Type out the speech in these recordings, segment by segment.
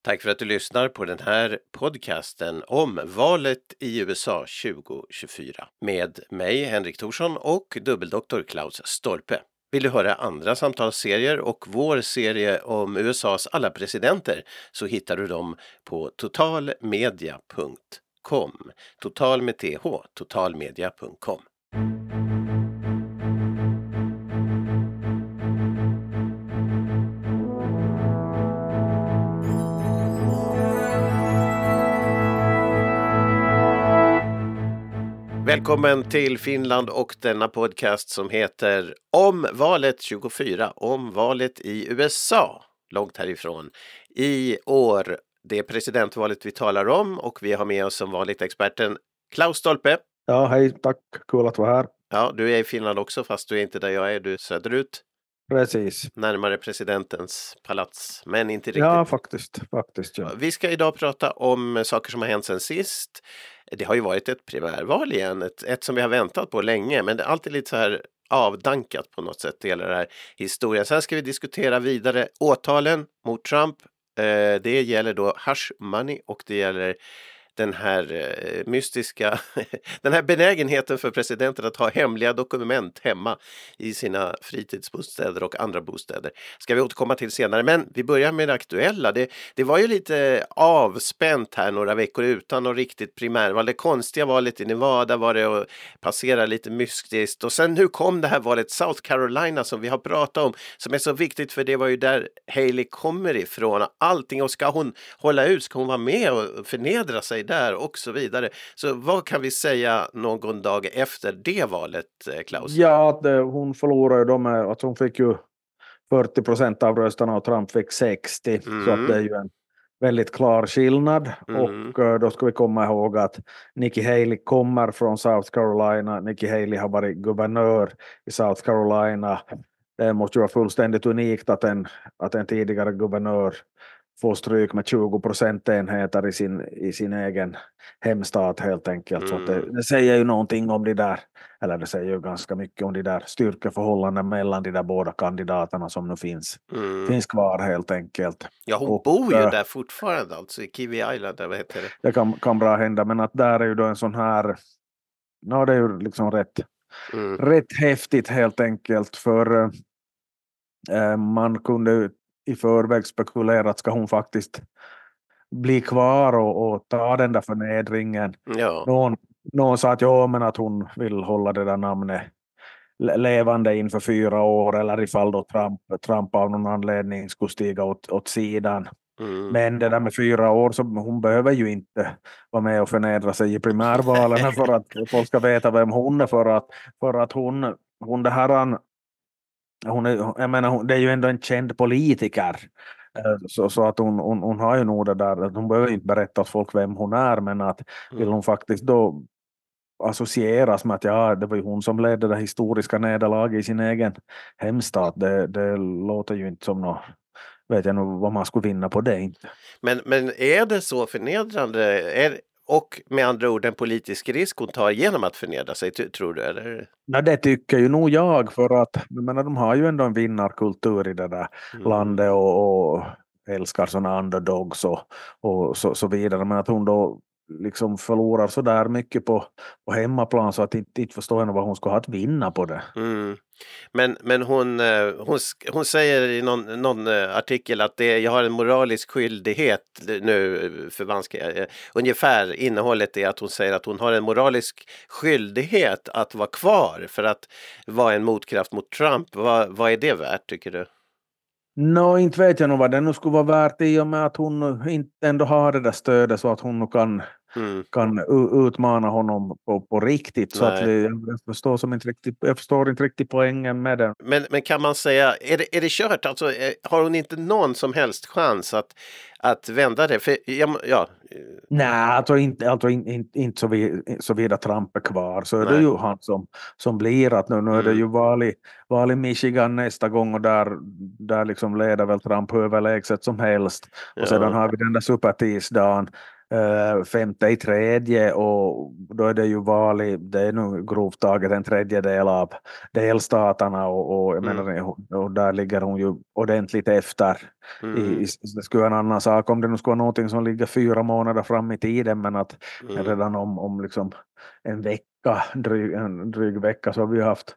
Tack för att du lyssnar på den här podcasten om valet i USA 2024 med mig Henrik Thorsson och dubbeldoktor Klaus Stolpe. Vill du höra andra samtalsserier och vår serie om USAs alla presidenter så hittar du dem på totalmedia.com. Total med TH, totalmedia.com. Välkommen till Finland och denna podcast som heter Om valet 24, om valet i USA, långt härifrån. I år, det är presidentvalet vi talar om och vi har med oss som vanligt experten Klaus Stolpe. Ja, hej, tack. Kul att vara här. Ja, du är i Finland också fast du är inte där jag är, du är söderut. Precis. Närmare presidentens palats, men inte riktigt. Ja, faktiskt. Ja. Vi ska idag prata om saker som har hänt sen sist. Det har ju varit ett primärval igen, ett som vi har väntat på länge, men det är alltid lite så här avdankat på något sätt, hela den här historien. Sen ska vi diskutera vidare åtalen mot Trump. Det gäller då hush money och det gäller den här mystiska, den här benägenheten för presidenten att ha hemliga dokument hemma i sina fritidsbostäder och andra bostäder. Ska vi återkomma till senare, men vi börjar med det aktuella. Det var ju lite avspänt här några veckor utan något riktigt primärval. Det konstiga valet i Nevada var det att passera lite mystiskt och sen nu kom det här valet South Carolina som vi har pratat om som är så viktigt för det var ju där Haley kommer ifrån. Allting, och ska hon hålla ut, ska hon vara med och förnedra sig där och så vidare. Så vad kan vi säga någon dag efter det valet, Klaus? Ja, att hon förlorade att hon fick ju 40% av rösterna och Trump fick 60. Så att det är ju en väldigt klar skillnad. Och då ska vi komma ihåg att Nikki Haley kommer från South Carolina. Nikki Haley har varit guvernör i South Carolina. Det måste ju vara fullständigt unikt att en tidigare guvernör får stryk med 20 procentenheter i sin egen hemstat helt enkelt. Så att det säger ju någonting om det säger ju ganska mycket om de där styrkeförhållanden mellan de där båda kandidaterna som nu finns kvar helt enkelt. Ja, hon bor ju där fortfarande alltså i Kiwi Island, vad heter det? Det kan bra hända, men att där är ju då en sån här, det är ju liksom rätt häftigt helt enkelt, för man kunde i förväg spekulera att ska hon faktiskt bli kvar och ta den där förnedringen. Ja. Någon sa att men att hon vill hålla det där namnet levande inför 4 år eller ifall då Trump av någon anledning skulle stiga åt sidan. Men det där med 4 år, så hon behöver ju inte vara med och förnedra sig i primärvalen för att folk ska veta vem hon är, för att hon det här det är ju ändå en känd politiker, så att hon har ju nog det där att hon behöver inte berätta åt folk vem hon är, men att vill hon faktiskt då associeras med att det var ju hon som ledde det historiska nederlaget i sin egen hemstat, det låter ju inte som något, vet jag nog vad man skulle vinna på det inte. Men är det så förnedrande? Och med andra ord en politisk risk hon tar genom att förnedra sig, tror du? Eller? Nej, det tycker ju nog jag, för att de har ju ändå en vinnarkultur i det där landet och älskar sådana underdogs och så vidare. Men att hon då liksom förlorar så där mycket på hemmaplan så att inte förstår henne vad hon ska ha att vinna på det. Men hon säger i någon artikel att jag har en moralisk skyldighet, nu förvanskar jag, ungefär innehållet är att hon säger att hon har en moralisk skyldighet att vara kvar för att vara en motkraft mot Trump. Vad är det värt, tycker du? Inte vet jag nog vad det nu skulle vara värt, i och med att hon inte ändå har det där stödet så att hon kan utmana honom på riktigt. Så att jag förstår inte riktigt poängen med det. Men kan man säga, är det kört? Alltså, har hon inte någon som helst chans att vända det? För, Nej, alltså inte så vidare Trump är kvar, så är det ju han som blir att nu är det ju val i Michigan nästa gång, och där liksom leder väl Trump överlägset som helst. Och sedan har vi den där supertisdagen femte i tredje, och då är det ju val i, det är nu grovt taget en tredjedel av delstaterna, och jag menar, och där ligger hon ju ordentligt efter. Det skulle vara en annan sak om det nu skulle vara någonting som ligger 4 månader fram i tiden, men att redan om liksom en vecka, en dryg vecka, så har vi haft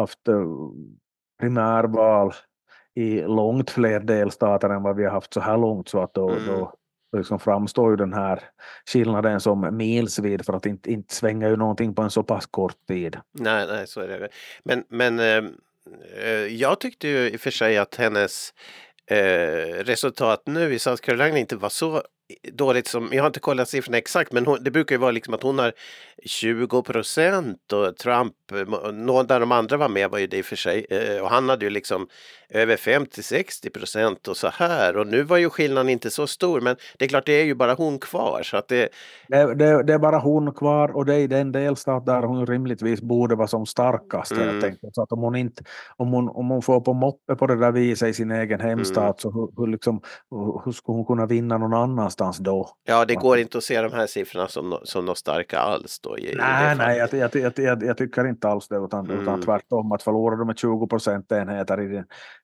primärval i långt fler delstater än vad vi har haft så här långt, så att då liksom framstår ju den här skillnaden som milsvid, för att inte svänga ju någonting på en så pass kort tid. Nej, så är det. Men jag tyckte ju i och för sig att hennes resultat nu i South Carolina inte var så dåligt som, jag har inte kollat siffrorna exakt, men det brukar ju vara liksom att hon har 20% och Trump, någon där de andra var med var ju det i och för sig, och han hade ju liksom över 50-60% och så här, och nu var ju skillnaden inte så stor, men det är klart det är ju bara hon kvar, så att det är bara hon kvar, och det är den delstat där hon rimligtvis borde vara som starkast helt enkelt. Så att om hon får på moppe på det där viset i sin egen hemstat, så hur skulle hon kunna vinna någon annanstans då? Ja, det går inte att se de här siffrorna som något starka alls då. Nej, jag tycker inte alls det, utan tvärtom, att förlorar de med 20 procentenheter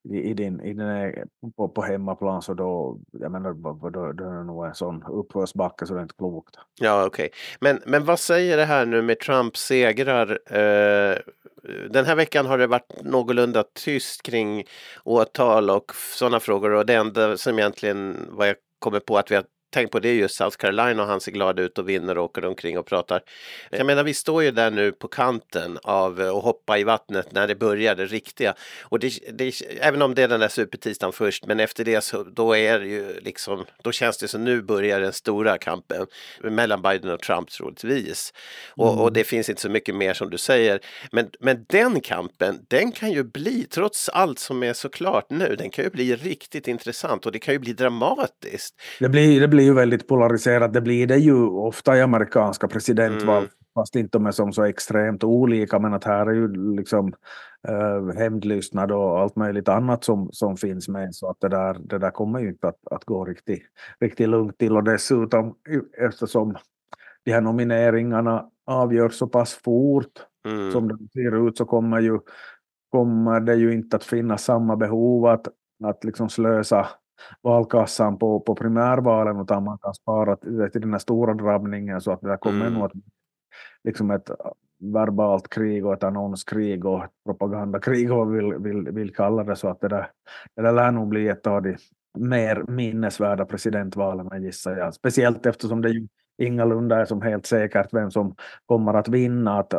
på hemmaplan, så då, jag menar, då är det nog en sån uppförsbacke så det är inte klokt. Ja, okej. Men vad säger det här nu med Trumps segrar? Den här veckan har det varit någorlunda tyst kring åtal och sådana frågor, och det enda som egentligen vad jag kommer på att vi har tänkt på, det är just South Carolina, och han ser glad ut och vinner och åker omkring och pratar. Jag menar, vi står ju där nu på kanten av att hoppa i vattnet när det börjar det riktiga. Och även om det är den där supertisdagen först, men efter det så då är det ju liksom, då känns det som nu börjar den stora kampen mellan Biden och Trump troligtvis. Och det finns inte så mycket mer som du säger. Men den kampen, den kan ju bli, trots allt som är så klart nu, den kan ju bli riktigt intressant, och det kan ju bli dramatiskt. Det blir ju väldigt polariserat. Det blir det ju ofta i amerikanska presidentval, fast inte de är som så extremt olika, men att här är ju liksom hämndlystnad och allt möjligt annat som finns med, så att det där kommer ju inte att gå riktigt lugnt till, och dessutom eftersom de här nomineringarna avgörs så pass fort som det ser ut, så kommer det ju inte att finnas samma behov att liksom slösa valkassan på primärvalen, utan man kan spara till den här stora drabbningen, så att det kommer nog att liksom ett verbalt krig och ett annonskrig och ett propagandakrig, och vill kalla det, så att det där lär nog bli ett av de mer minnesvärda presidentvalen, gissar jag. Speciellt eftersom det ju ingalunda är som helt säkert vem som kommer att vinna, att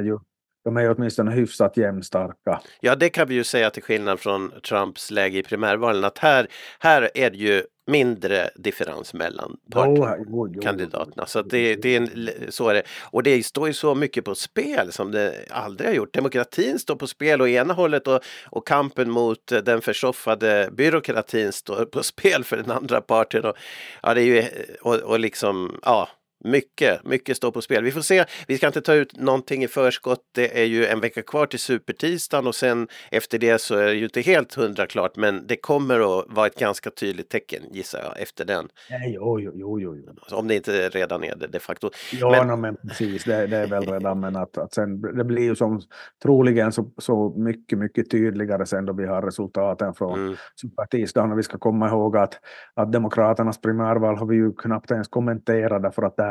de är ju åtminstone hyfsat jämnstarka. Ja, det kan vi ju säga till skillnad från Trumps läge i primärvalen, att här är det ju mindre differens mellan kandidaterna. Så att så är det. Och det står ju så mycket på spel som det aldrig har gjort. Demokratin står på spel å ena hållet, och kampen mot den försoffade byråkratin står på spel för den andra parten. Och, ja, det är ju, och liksom, ja, mycket står på spel. Vi får se. Vi ska inte ta ut någonting i förskott. Det är ju en vecka kvar till supertisdagen, och sen efter det så är det ju inte helt 100 klart, men det kommer att vara ett ganska tydligt tecken, gissar jag, efter den. Jo. Om det inte redan är det de facto. Ja, men precis, det är väl redan, men att sen, det blir ju som troligen så mycket tydligare sen då vi har resultaten från supertisdagen, och vi ska komma ihåg att demokraternas primärval har vi ju knappt ens kommenterat, därför att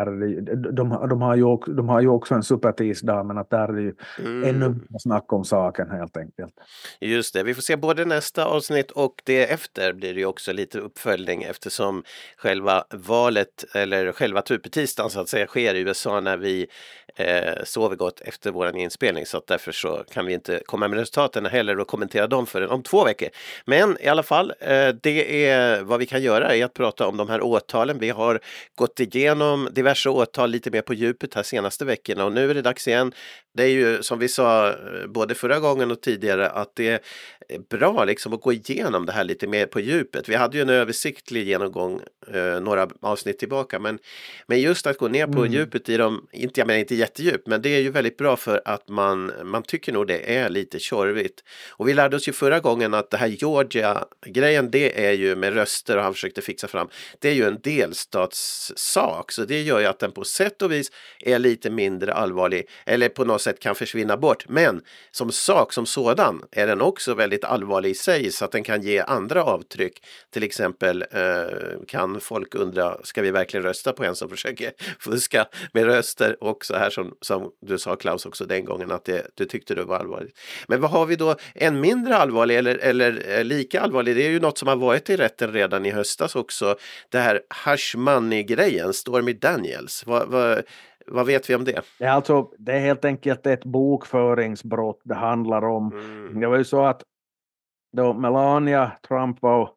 de har ju också en supertisdag, men att där är det ju ännu mer snack om saken helt enkelt. Just det, vi får se både nästa avsnitt och det efter blir det ju också lite uppföljning, eftersom själva valet, eller själva supertisdagen så att säga, sker i USA när vi sover gott efter våran inspelning, så att därför så kan vi inte komma med resultaten heller och kommentera dem förrän om 2 veckor. Men i alla fall, det är vad vi kan göra är att prata om de här åtalen. Vi har gått igenom diverse åtal lite mer på djupet här senaste veckorna, och nu är det dags igen Det är ju som vi sa både förra gången och tidigare att det är bra liksom att gå igenom det här lite mer på djupet. Vi hade ju en översiktlig genomgång några avsnitt tillbaka, men just att gå ner på djupet i dem, jag menar inte jättedjup, men det är ju väldigt bra för att man tycker nog det är lite tjorvigt. Och vi lärde oss ju förra gången att det här Georgia-grejen, det är ju med röster och han försökte fixa fram. Det är ju en delstatssak, så det gör ju att den på sätt och vis är lite mindre allvarlig, eller på något sätt kan försvinna bort. Men som sak som sådan är den också väldigt allvarlig i sig, så att den kan ge andra avtryck. Till exempel kan folk undra, ska vi verkligen rösta på en som försöker fuska med röster? Och så här som du sa, Klaus, också den gången att du tyckte det var allvarligt. Men vad har vi då? En mindre allvarlig eller lika allvarlig, det är ju något som har varit i rätten redan i höstas också. Det här Hush Money-grejen, Stormy Daniels. Vad vet vi om det? Det är helt enkelt ett bokföringsbrott det handlar om. Det var ju så att då Melania Trump var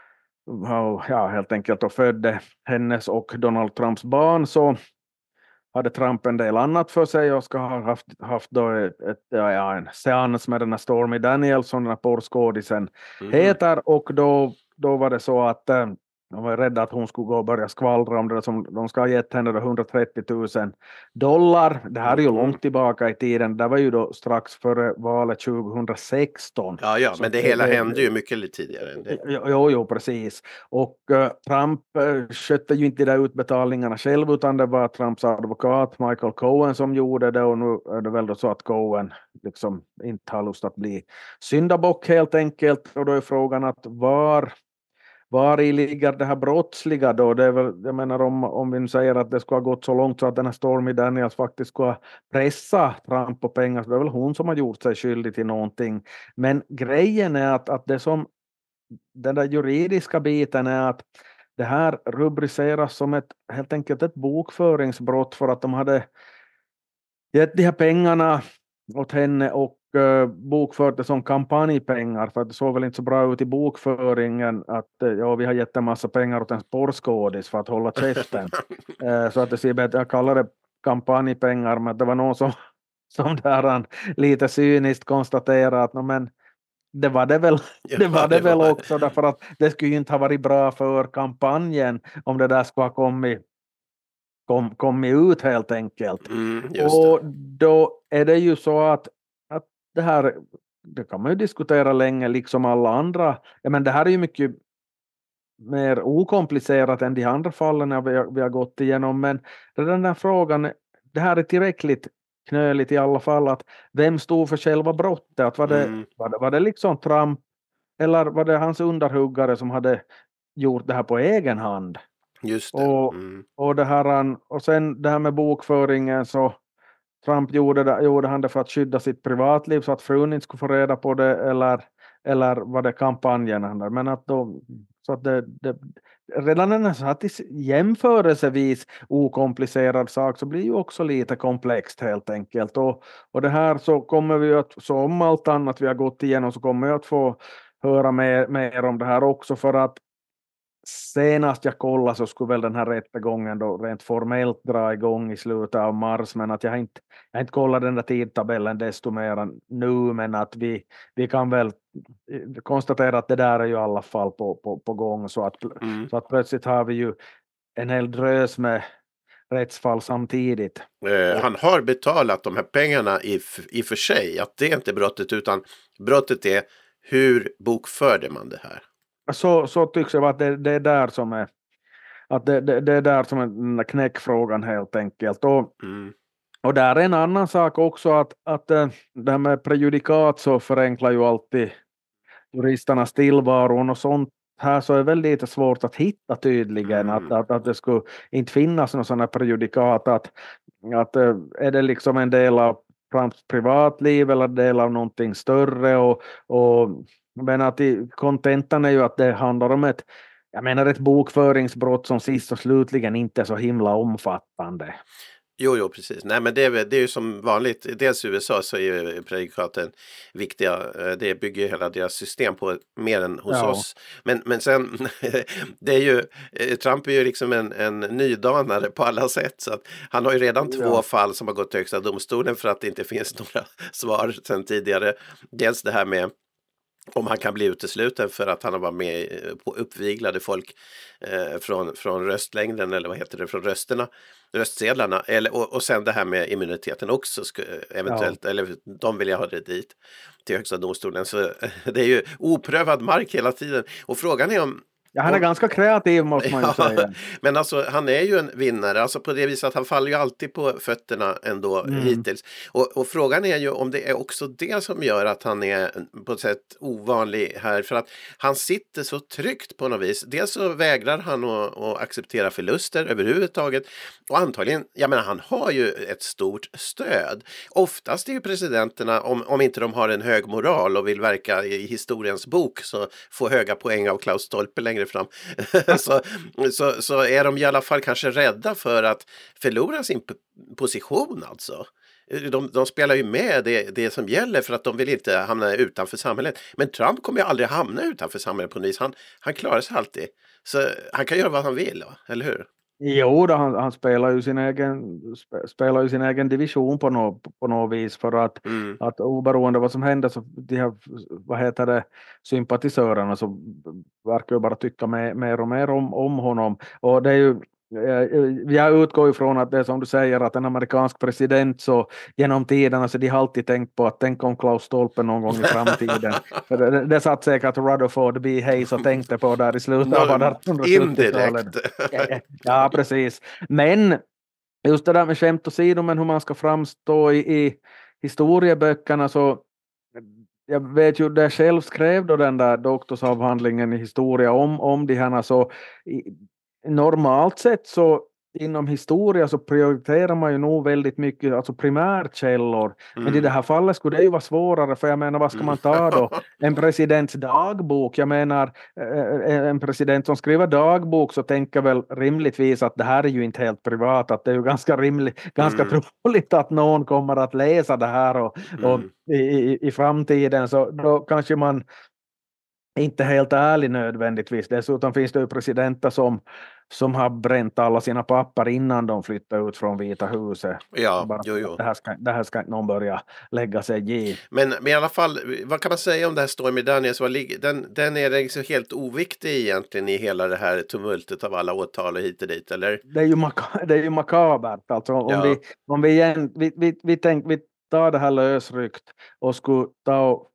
helt enkelt och födde hennes och Donald Trumps barn, så hade Trump en del annat för sig och ska ha haft då en seans med den här Stormy Daniels som den här porrskådisen heter, och då var det så att de var rädda att hon skulle gå och börja skvallra om det som de ska ha gett henne då $130,000. Det här är ju långt tillbaka i tiden. Det var ju då strax före valet 2016. Ja, men det hela hände ju mycket lite tidigare än det. Jo, precis. Och Trump skötte ju inte de där utbetalningarna själv, utan det var Trumps advokat Michael Cohen som gjorde det, och nu är det väl då så att Cohen liksom inte har lust att bli syndabock helt enkelt, och då är frågan att var i ligger det här brottsliga då? Det är väl, jag menar om vi nu säger att det skulle ha gått så långt så att den här Stormy Daniels faktiskt skulle pressa Trump på pengar, så det är väl hon som har gjort sig skyldig till någonting. Men grejen är att det som den där juridiska biten är att det här rubriceras som helt enkelt ett bokföringsbrott, för att de hade gett de här pengarna åt henne och bokfört det som kampanjpengar, för att det såg väl inte så bra ut i bokföringen att vi har gett en massa pengar åt en sportskådis för att hålla käften. Så att det ser bättre, jag kallar det kampanjpengar, men det var någon som där han lite cyniskt konstaterade att men det var det väl också, därför att det skulle ju inte ha varit bra för kampanjen om det där skulle ha kommit ut helt enkelt. Och då är det ju så att det här, det kan man ju diskutera länge liksom alla andra. Men det här är ju mycket mer okomplicerat än de andra fallen vi har gått igenom, men den där frågan, det här är tillräckligt knöligt i alla fall, att vem stod för själva brottet, att var det liksom Trump eller var det hans underhuggare som hade gjort det här på egen hand? Just det. Och det här, och sen det här med bokföringen, så Trump gjorde han det för att skydda sitt privatliv så att frun inte skulle få reda på det, eller var det kampanjen? Men att då, så att det redan en så att jämförelsevis okomplicerad sak så blir ju också lite komplext helt enkelt. Och det här så kommer vi att, så om allt annat vi har gått igenom, så kommer vi att få höra mer om det här också, för att senast jag kollade så skulle väl den här rättegången då rent formellt dra igång i slutet av mars, men att jag har inte kollat den där tidtabellen desto mer nu, men att vi kan väl konstatera att det där är ju i alla fall på gång, så att plötsligt har vi ju en hel drös med rättsfall samtidigt. Han har betalat de här pengarna i för sig, att det är inte brottet, utan brottet är hur bokförde man det här? Så tycks det vara att det är där som är att det är där som är den knäckfrågan helt enkelt. Och där är en annan sak också, att det här med prejudikat så förenklar ju alltid juristernas tillvaro, och sånt här så är väl lite svårt att hitta tydligen, att det skulle inte finnas någon sån här prejudikat, att är det liksom en del av Trumps privatliv eller del av någonting större, men att kontentan är ju att det handlar om ett bokföringsbrott som sist och slutligen inte är så himla omfattande. Jo, precis. Nej, men det är ju som vanligt. Dels i USA så är ju prejudikaten viktiga. Det bygger hela deras system på mer än hos Ja. oss. Men sen, det är ju, Trump är ju liksom en nydanare på alla sätt. Så att han har ju redan två fall som har gått till högsta domstolen för att det inte finns några svar sedan tidigare. Dels det här med om han kan bli utesluten för att han har varit med på uppviglade folk från röstlängden, eller vad heter det, från röstsedlarna, och sen det här med immuniteten också eventuellt, eller de vill jag ha det dit till högsta domstolen, så det är ju oprövad mark hela tiden, och frågan är om Ja, han är ganska kreativ måste man ju säga. Men alltså han är ju en vinnare, alltså på det viset att han faller ju alltid på fötterna ändå hittills. Och frågan är ju om det är också det som gör att han är på ett sätt ovanlig här, för att han sitter så tryggt på något vis. Dels så vägrar han att acceptera förluster överhuvudtaget, och antagligen, jag menar, han har ju ett stort stöd. Oftast är ju presidenterna, om inte de har en hög moral och vill verka i historiens bok, så få höga poäng av Klaus Stolpe längre fram, så är de i alla fall kanske rädda för att förlora sin position alltså. De spelar ju med det som gäller för att de vill inte hamna utanför samhället. Men Trump kommer ju aldrig hamna utanför samhället på något vis. Han klarar sig alltid. Så han kan göra vad han vill, eller hur? Jo, han spelar ju sin egen division på något vis, för att oberoende vad som händer så de här, vad heter det, sympatisörerna så verkar ju bara tycka mer och mer om honom, och det är ju, jag utgår ifrån att det är som du säger, att en amerikansk president så genom tiderna så de har alltid tänkt på att tänk om Klaus Stolpe någon gång i framtiden. det satt säkert Rutherford B. Hayes och tänkte på där i slutet av 1870-talet. Ja, precis. Men just det där med skämt åsido, men hur man ska framstå i historieböckerna, så jag vet ju, det själv skrev då den där doktorsavhandlingen i historia om de här, så normalt sett så inom historia så prioriterar man ju nog väldigt mycket alltså primärkällor, men i det här fallet skulle det ju vara svårare, för jag menar, vad ska man ta då? En presidents dagbok, jag menar, en president som skriver dagbok så tänker väl rimligtvis att det här är ju inte helt privat, att det är ju ganska troligt att någon kommer att läsa det här och i framtiden, så då kanske man inte helt ärlig nödvändigtvis. Dessutom finns det ju presidenter som har bränt alla sina papper innan de flyttar ut från Vita huset. Ja, jo. Det här ska inte någon börja lägga sig i. Men i alla fall, vad kan man säga om det här Stormy Daniels? Den är liksom helt oviktig egentligen i hela det här tumultet av alla åtal och hit och dit, eller? Det är ju makabert. Alltså, om vi tar det här lösryckt och skulle ta och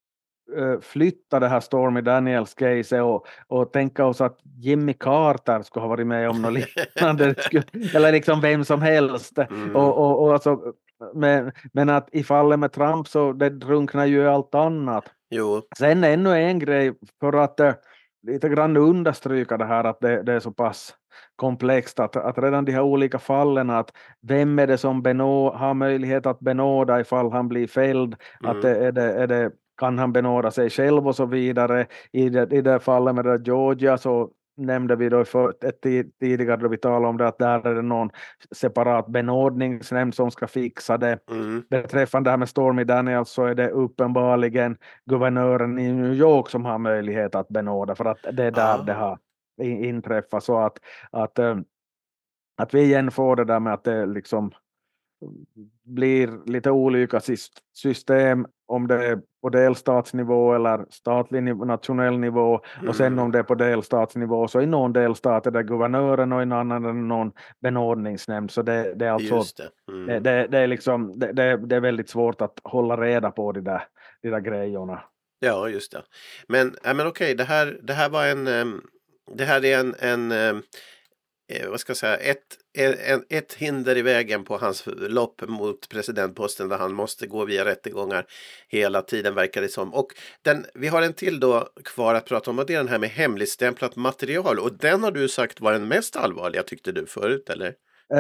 flytta det här Stormy Daniels case och tänka oss att Jimmy Carter skulle ha varit med om något liknande, eller liksom vem som helst. Och alltså, men att i fallet med Trump så det drunknar ju allt annat. Jo. Sen ännu en grej för att lite grann understryka det här, att det är så pass komplext att redan de här olika fallen, att vem är det som har möjlighet att benåda ifall han blir fälld, att är det kan han benåda sig själv och så vidare. I det fallet med det Georgia så nämnde vi då tidigare då vi talade om det, att där är det någon separat benådningsnämnd som ska fixa det. Beträffande det här med Stormy Daniels så är det uppenbarligen guvernören i New York som har möjlighet att benåda, för att det är där det har inträffat. Så att vi igen får det där med att det liksom blir lite olika system, om det är på delstatsnivå eller statlig nationell nivå, och sen om det är på delstatsnivå så i någon delstat är det guvernören och i en annan är det någon benådningsnämnd, så det är alltså det är liksom det är väldigt svårt att hålla reda på de där grejerna. Ja, just det. Men okej, det här var det här är en vad ska jag säga, ett hinder i vägen på hans lopp mot presidentposten, där han måste gå via rättegångar hela tiden, verkar det som. Och vi har en till då kvar att prata om, och det är den här med hemligstämplat material, och den har du sagt var den mest allvarliga, tyckte du förut, eller?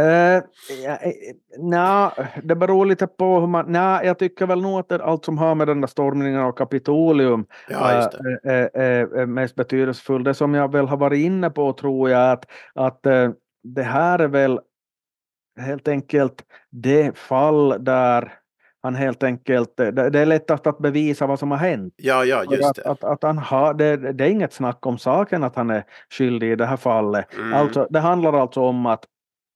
Det beror lite på hur man... jag tycker väl nog att allt som har med den där stormningen av Kapitolium är mest betydelsefull. Det som jag väl har varit inne på tror jag att det här är väl helt enkelt det fall där han helt enkelt, det är lättast att bevisa vad som har hänt. Ja, just det. Att han har, det är inget snack om saken att han är skyldig i det här fallet. Alltså, det handlar alltså om att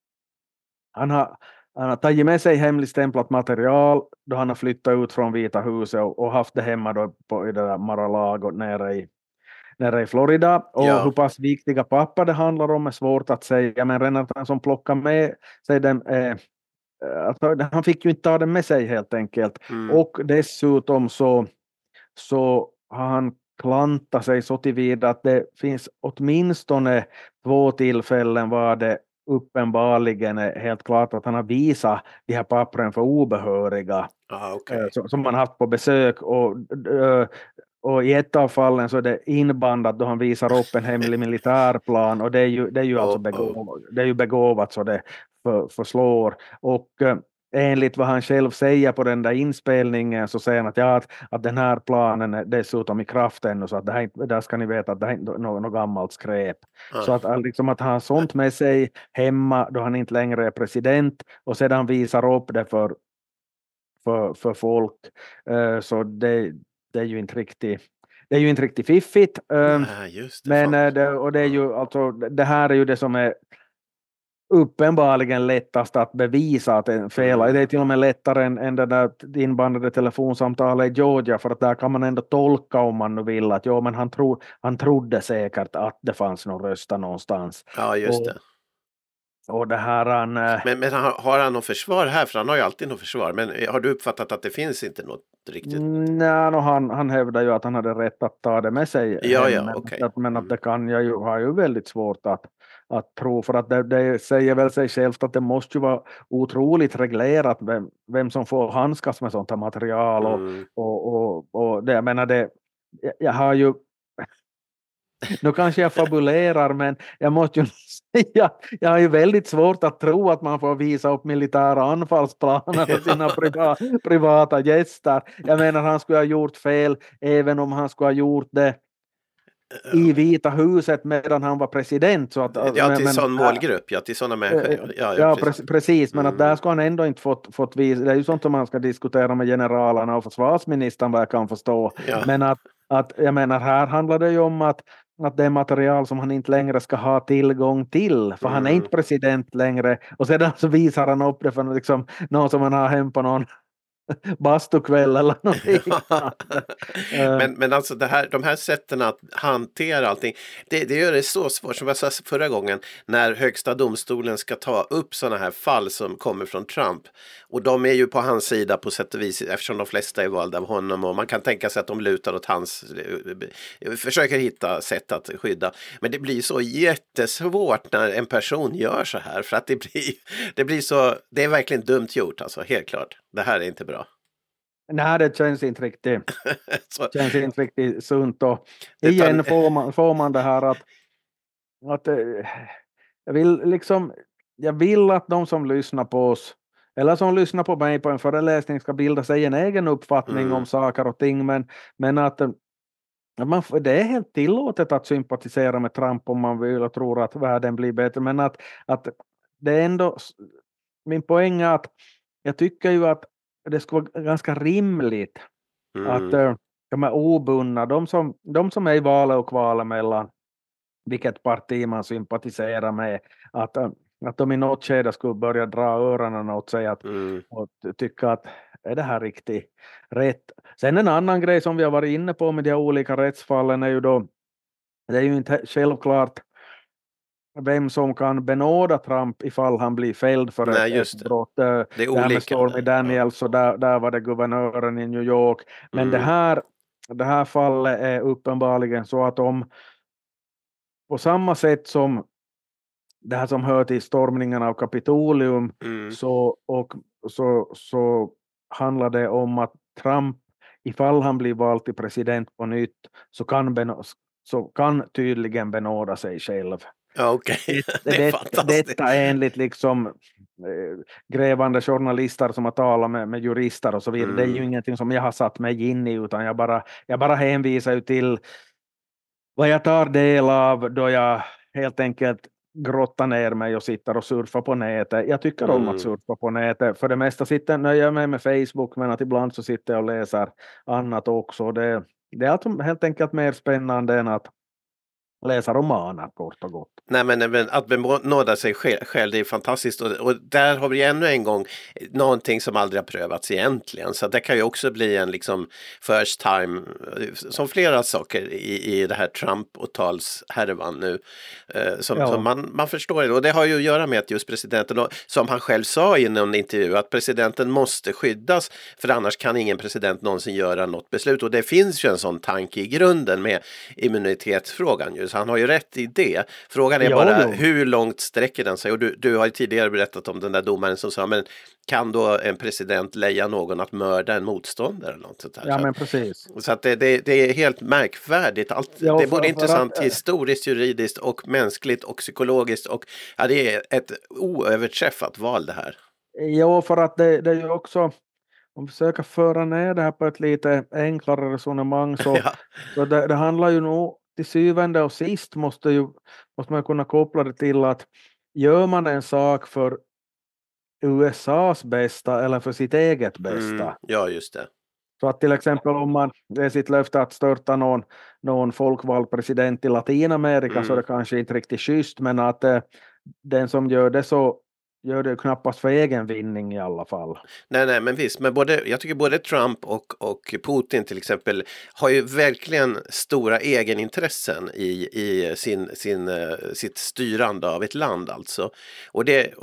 han har tagit med sig hemligstämplat material då han har flyttat ut från Vita huset och haft det hemma då i det där Mar-a-Lago nere i Florida. Och hur pass viktiga papper det handlar om är svårt att säga, men redan att han som plockar med sig den, alltså, han fick ju inte ta den med sig helt enkelt. Och dessutom så har han klantat sig så tillvida att det finns åtminstone 2 tillfällen var det uppenbarligen är helt klart att han har visat de här pappren för obehöriga som man haft på besök, och i ett av fallen så är det inbandat då han visar upp en hemlig militärplan, och det är ju alltså begåvat så det förslår. Och enligt vad han själv säger på den där inspelningen så säger han att den här planen är dessutom i kraft ännu, så att där ska ni veta att det är något gammalt skräp. Så att liksom att han sånt med sig hemma då han inte längre är president och sedan visar upp det för folk, så det är ju inte riktigt fiffigt. Men det är ju alltså, det här är ju det som är uppenbarligen lättast att bevisa att det är fel. Det är till och med lättare än det där inbandade telefonsamtalet i Georgia, för att där kan man ändå tolka om man nu vill att men han trodde säkert att det fanns någon rösta någonstans. Ja, just det. Och det här men har han något försvar här? För han har ju alltid något försvar. Men har du uppfattat att det finns inte något riktigt? Nej, han hävdar ju att han hade rätt att ta det med sig. Men att det har ju väldigt svårt att tro, för att det säger väl sig självt att det måste ju vara otroligt reglerat vem som får handskas med sånt här material. Och det, jag menar jag har ju nu kanske jag fabulerar, men jag måste ju säga, jag har ju väldigt svårt att tro att man får visa upp militära anfallsplaner för sina privata gäster. Jag menar, han skulle ha gjort fel även om han skulle ha gjort det i Vita huset medan han var president. Så att, till sån målgrupp, till sådana människor. Precis, men att där ska han ändå inte fått visa. Det är ju sånt som man ska diskutera med generalerna och försvarsministern, vad jag kan förstå. Men att jag menar, här handlar det ju om att det är material som han inte längre ska ha tillgång till, för han är inte president längre, och sedan så visar han upp det för liksom någon som han har hem på någon bastukväll eller något. Men alltså de här sätten att hantera allting, det gör det så svårt, som jag sa förra gången, när högsta domstolen ska ta upp sådana här fall som kommer från Trump, och de är ju på hans sida på sätt och vis, eftersom de flesta är valda av honom, och man kan tänka sig att de lutar åt hans, försöker hitta sätt att skydda, men det blir så jättesvårt när en person gör så här, för att det blir så, det är verkligen dumt gjort, alltså, helt klart. Det här är inte bra. Nej, det känns inte riktigt sunt, och igen får man det här att jag vill att de som lyssnar på oss eller som lyssnar på mig på en föreläsning ska bilda sig en egen uppfattning om saker och ting, men att det är helt tillåtet att sympatisera med Trump om man vill och tror att världen blir bättre, men att det är ändå, min poäng är att jag tycker ju att det skulle vara ganska rimligt att de är obundna, de som är i valet och kvalet mellan vilket parti man sympatiserar med, att de i något skede skulle börja dra öronen åt sig och tycka att är det här riktigt rätt. Sen en annan grej som vi har varit inne på med de olika rättsfallen är ju då, det är ju inte självklart vem som kan benåda Trump ifall han blir fälld för ett brott. Det är olika. Med Stormy Daniels, så där var det guvernören i New York. Men det här fallet är uppenbarligen så att på samma sätt som det här som hör till stormningen av Kapitolium, så handlar det om att Trump, ifall han blir vald till president på nytt, så kan tydligen benåda sig själv. Okay. Detta enligt liksom grävande journalister som har talat med jurister och så vidare. Det är ju ingenting som jag har satt mig in i, utan jag bara hänvisar ju till vad jag tar del av då jag helt enkelt grotta ner mig och sitter och surfar på nätet. Jag tycker om att Mm. surfa på nätet. För det mesta nöjer jag mig med Facebook, men att ibland så sitter jag och läser annat också. Det är alltså helt enkelt mer spännande än att läsa romaner, kort och gott. Nej, men att benåda sig själv, det är fantastiskt. Och där har vi ännu en gång någonting som aldrig har prövats egentligen. Så det kan ju också bli en liksom first time, som flera saker i det här Trump-åtalshärvan nu. Som man förstår det. Och det har ju att göra med att just presidenten, som han själv sa i någon intervju, att presidenten måste skyddas, för annars kan ingen president någonsin göra något beslut. Och det finns ju en sån tanke i grunden med immunitetsfrågan ju. Så han har ju rätt i det. Frågan är bara hur långt sträcker den sig? Och du har ju tidigare berättat om den där domaren som sa, men kan då en president leja någon att mörda en motståndare eller något sånt där? Ja, men precis. Så att det är helt märkvärdigt. Det är både intressant historiskt, juridiskt och mänskligt och psykologiskt, och det är ett oöverträffat val det här. Ja, för att det är ju också, om vi försöker föra ner det här på ett lite enklare resonemang, så det handlar ju nog till syvende och sist måste man kunna koppla det till att gör man en sak för USAs bästa eller för sitt eget bästa. Ja, just det. Så att till exempel om man är sitt löfte att störta någon folkvald president i Latinamerika, så är det kanske inte riktigt schysst, men att den som gör det så gör det knappast för egen vinning i alla fall. Nej, men visst. Men jag tycker både Trump och Putin till exempel har ju verkligen stora egenintressen i sitt styrande av ett land alltså. Men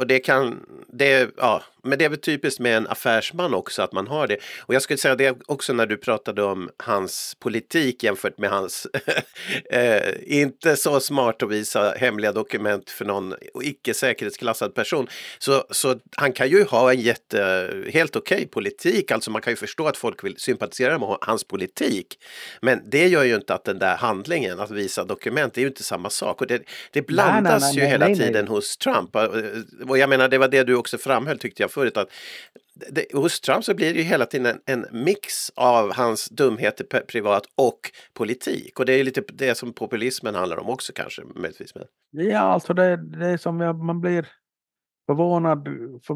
det är väl typiskt med en affärsman också att man har det. Och jag skulle säga det också när du pratade om hans politik jämfört med hans inte så smart att visa hemliga dokument för någon icke säkerhetsklassad person. Så han kan ju ha en helt okej politik. Alltså man kan ju förstå att folk vill sympatisera med hans politik. Men det gör ju inte att den där handlingen, att visa dokument, det är ju inte samma sak. Och det blandas hela tiden hos Trump. Och jag menar, det var det du också framhöll tyckte jag förut, att hos Trump så blir det ju hela tiden en mix av hans dumheter privat och politik. Och det är lite det som populismen handlar om också kanske möjligtvis med. Ja, alltså det är som man blir förvånad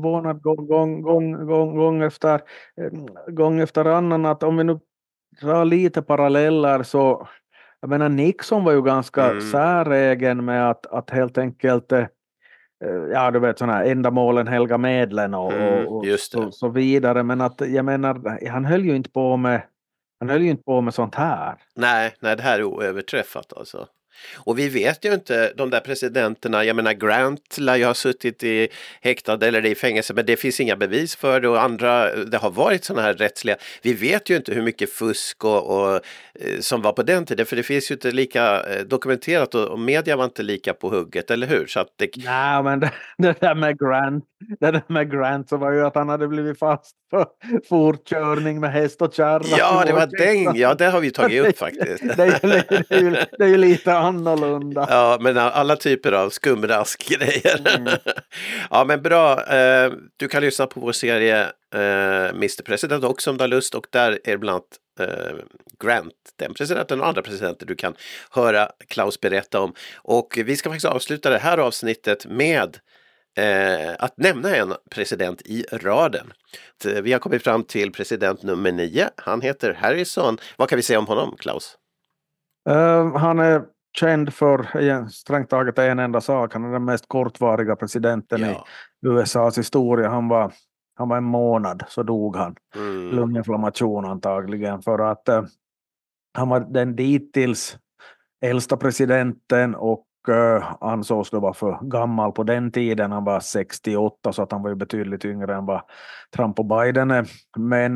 gång efter annan, att om vi nu drar lite paralleller, så jag menar Nixon var ju ganska säregen med att helt enkelt du vet sådana här ändamålen helga medlen och så vidare, men att jag menar han höll ju inte på med sånt här. Nej, det här är oöverträffat alltså. Och vi vet ju inte, de där presidenterna, jag menar Grant lär ju ha suttit i häktad eller i fängelse, men det finns inga bevis för det, och andra, det har varit sådana här rättsliga, vi vet ju inte hur mycket fusk och som var på den tiden, för det finns ju inte lika dokumenterat, och media var inte lika på hugget, eller hur? Så att Nej, men det där med Grant så var ju att han hade blivit fast för fortkörning med häst och kärra. Ja, det var det har vi tagit upp faktiskt. Det är ju lite annorlunda. Ja, men alla typer av skumraskgrejer. Ja, men bra. Du kan lyssna på vår serie Mr. President också om du har lust, och där är det bland annat Grant, den presidenten, och andra presidenter du kan höra Klaus berätta om. Och vi ska faktiskt avsluta det här avsnittet med att nämna en president i raden. Vi har kommit fram till president nummer 9. Han heter Harrison. Vad kan vi säga om honom, Klaus? Han är känd för strängt taget en enda sak. Han är den mest kortvariga presidenten i USAs historia. Han var en månad så dog han. Lunginflammation antagligen, för att han var den dittills äldsta presidenten, och ansågs då vara för gammal på den tiden. Han var 68, så att han var ju betydligt yngre än vad Trump och Biden är. Men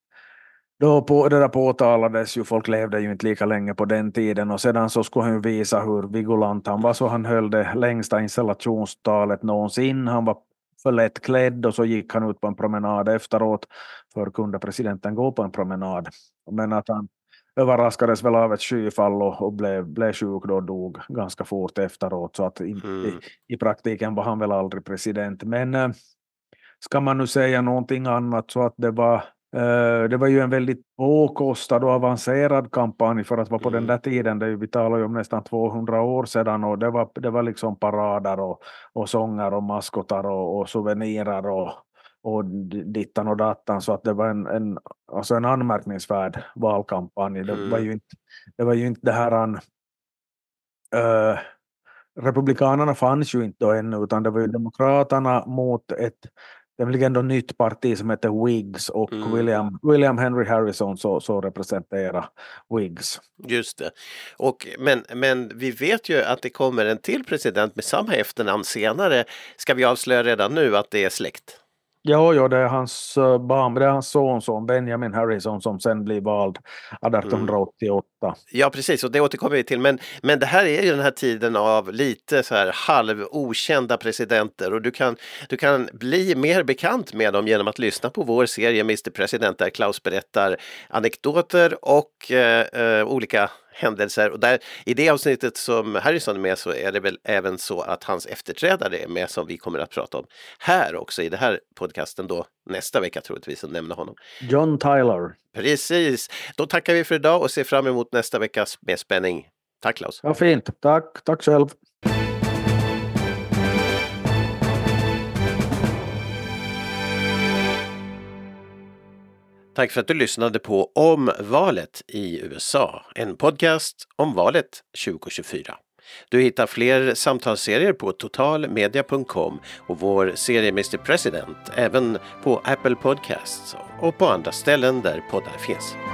det där påtalades ju, folk levde ju inte lika länge på den tiden, och sedan så skulle han ju visa hur vigilant han var, så han höll det längsta installationstalet någonsin. Han var för lätt klädd, och så gick han ut på en promenad efteråt, för kunde presidenten gå på en promenad. Men att han överraskades väl av ett skyfall och blev sjuk då, dog ganska fort efteråt, så att i praktiken var han väl aldrig president. Men ska man nu säga någonting annat, så att det var Det var ju en väldigt påkostad och avancerad kampanj för att vara på den där tiden. Vi talar ju om nästan 200 år sedan, och det var liksom parader och sånger och maskotar och souvenirer och dittan och dattan, så att det var alltså en anmärkningsvärd valkampanj. Det var ju inte det här republikanerna fanns ju inte då ännu, utan det var ju demokraterna mot ett tämligen då nytt parti som heter Whigs, och William Henry Harrison så representerar Whigs. Just det. Men vi vet ju att det kommer en till president med samma efternamn senare. Ska vi avslöja redan nu att det är släkt? Ja, det är hans barn, det är hans son Benjamin Harrison som sen blir vald 1888. Ja, precis, och det återkommer vi till. Men det här är ju den här tiden av lite så här halvokända presidenter, och du kan bli mer bekant med dem genom att lyssna på vår serie Mr. President, där Klaus berättar anekdoter och olika händelser. Och där, i det avsnittet som Harrison är med, så är det väl även så att hans efterträdare är med, som vi kommer att prata om här också i det här podcasten då nästa vecka, troligtvis, att nämna honom. John Tyler. Precis. Då tackar vi för idag och ser fram emot nästa veckas med spänning. Tack, Klaus. Ja, fint. Tack själv. Tack för att du lyssnade på Om valet i USA, en podcast om valet 2024. Du hittar fler samtalsserier på totalmedia.com och vår serie Mr. President även på Apple Podcasts och på andra ställen där poddar finns.